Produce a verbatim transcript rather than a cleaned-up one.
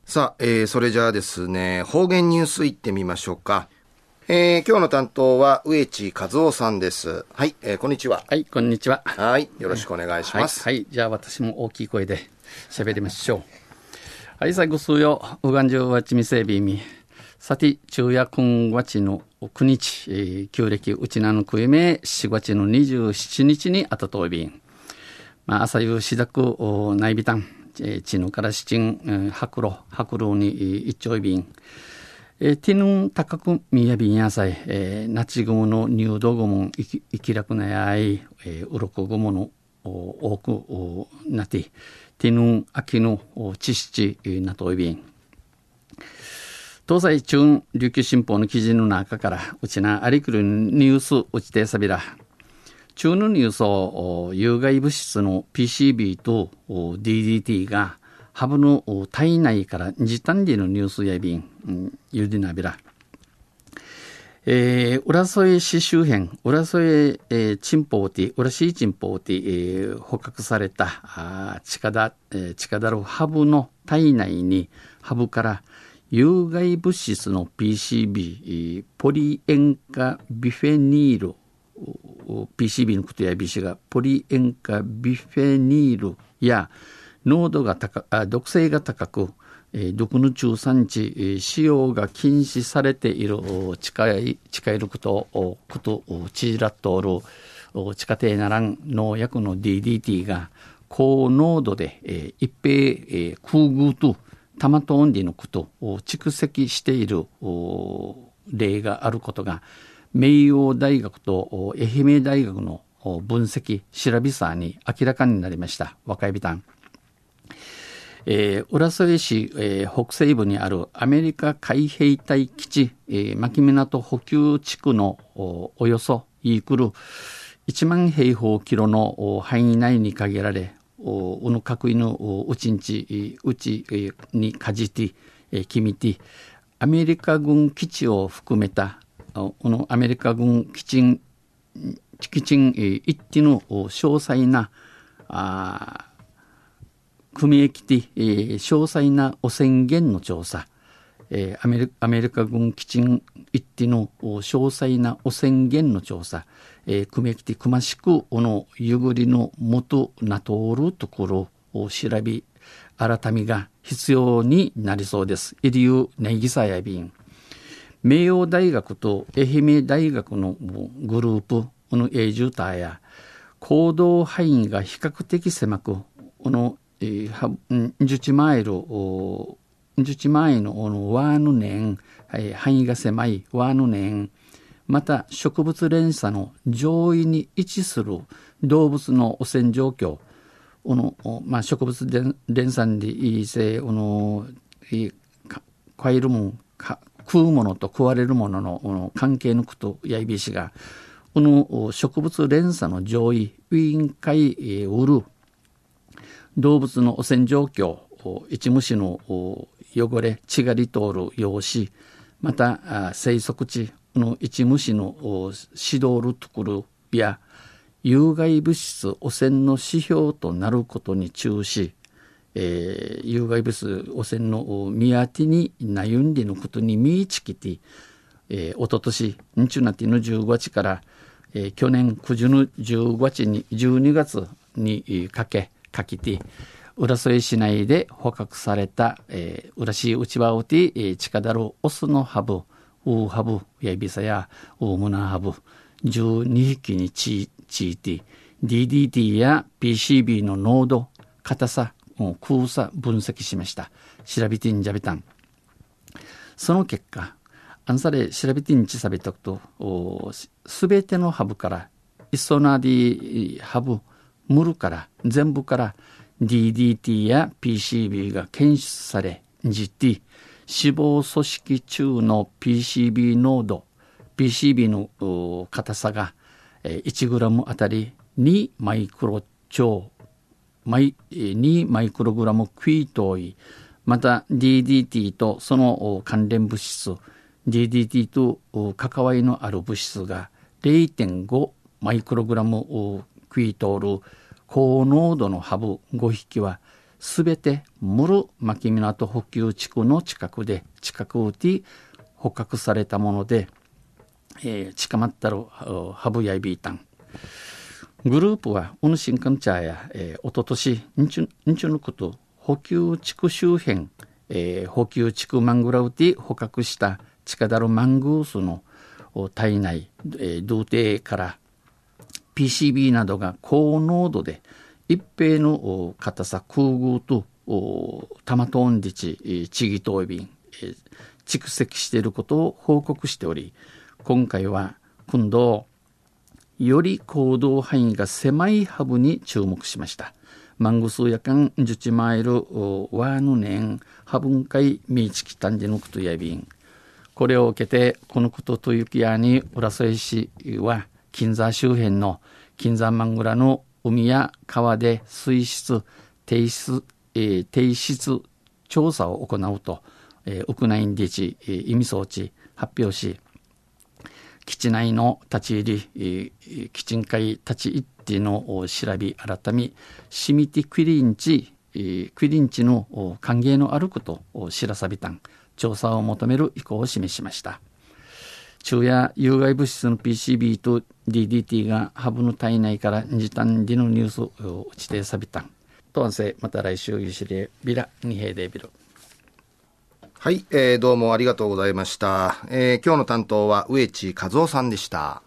さあ、えー、それじゃあですね、方言ニュースいってみましょうか。えー、今日の担当は植地和夫さんです。はい、えー、こんにちは。 はい、こんにちは。 はい、よろしくお願いします。 はい、はい、じゃあ私も大きい声で喋りましょう。はい、最後数曜、うがんじゅうわちみせびみ、さて、昼夜くんわちのくにち、えー、旧暦うちなのくいめ、しがつのにじゅうしちにちにあたといびん。まあ、朝夕しだく、ないびたん、えー、ちぬからしちん、えー、白露、白露に一丁いびん。えー、ティヌン高くみやびんやさい、えー、なちぐもの入道ぐもんいきいきらくなやい、えー、うろくぐもの多くなって、ティヌン秋のちしちなといびん。東西中琉球新報の記事の中から、うちなありくるニュースうちてさびら。中のニュースを有害物質の ピーシービー と ディーディーティー がハブの体内から時短でのニュースやびん、うん、ゆでなびら。えー、浦添市周辺、浦添、えー、チンポーティ、浦市チンポーティ、えー、捕獲されたあチカダ、えー、チカダルハブの体内にハブから有害物質の ピーシービー、ポリ塩化ビフェニール、ピーシービー のことや ビーシー がポリ塩化ビフェニールや濃度が高あ毒性が高く、えー、毒の中産地、えー、使用が禁止されている近い近いることをことちらっとおる地下底ならん農薬の ディーディーティー が高濃度で、えー、一平、えー、空遇とタマトオンディのことを蓄積している例があることが名誉大学と愛媛大学の分析調べさに明らかになりました。若いビタン、えー、浦添市、えー、北西部にあるアメリカ海兵隊基地、えー、牧港補給地区の お, およそイークルいちまんへいほうキロの範囲内に限られ、うぬかくいぬうちんちうちにかじてきみてアメリカ軍基地を含めたこのアメリカ軍基地基地一地の詳細なあ組み木で、えー、詳細な汚染源の調査、えー、アメリ、アメリカ軍基地一地の詳細な汚染源の調査、えー、組み木でくましくこのゆぐりの元なとおるところを調べ改めが必要になりそうです。イリュウネギサヤビン名誉大学と愛媛大学のグループこの永住ターや行動範囲が比較的狭くこのじゅうマイルじゅうマイルのワーヌ年範囲が狭いワーヌ年また植物連鎖の上位に位置する動物の汚染状況この、まあ、植物連鎖でいいせこの飼えるもん食うものと食われるもののこの関係のことやいびしがこの植物連鎖の上位委員会うる動物の汚染状況一虫の汚れ血がり通る用紙また生息地の一虫の指導るところや有害物質汚染の指標となることに注視、えー、有害物質汚染の見当てに悩んでのことに見ちきて、えー、おととしにちゅうなってのじゅうごがつから、えー、去年くじのじゅうごがつにじゅうにがつにかけかけて浦添市内で捕獲された、えー、浦市内場をて、えー、地下だるオスのハブウーハブやびさやウームナハブじゅうにひきにちいて ディーディーティー や ピーシービー の濃度硬さ空さ分析しました。調べてんじゃべたんその結果アンサレ調べてんちさべたとすべてのハブからイソナディハブムルから全部から ディーディーティー や ピーシービー が検出されじて脂肪組織中の ピーシービー 濃度 ピーシービー の硬さがいちグラムあたりにマイクロ超にマイクログラムクイートイまた ディーディーティー とその関連物質 ディーディーティー と関わりのある物質が れいてんごマイクログラムクイートール高濃度のハブごひきはすべてムル牧港補給地区の近くで近くで捕獲されたもので、えー、近まったるハブやいびいたん。グループはウヌシンカンチャーや、えー、おととしんちゅぬくと補給地区周辺、えー、補給地区マングラウティ捕獲したチカダルマングースの体内、えー、童貞から ピーシービー などが高濃度で一定の硬さ空偶とタマトンディチチギトイビン、えー、蓄積していることを報告しており、今回は今度より行動範囲が狭いハブに注目しました。マングスやかんじゅちマイルワーヌネンハブンカイミーチキタンジヌクトヤビン。これを受けてこのこととゆきやに浦添市は金沢周辺の金沢マングラの海や川で水質低質、えー、低質調査を行うと、えー、ウクナインディチ、えー、意味装置発表し、基地内の立ち入り、えー、基地会立ち入っての調べ改めシミティクリンチ、えー、クリンチの歓迎のあることを知らさびたん調査を求める意向を示しました。昼夜有害物質の ピーシービー と ディーディーティー がハブの体内から時短でのニュースを指定さびたんとんせまた来週ゆしれビラ二平でビル。 はい、えー、どうもありがとうございました。えー、今日の担当は植地和夫さんでした。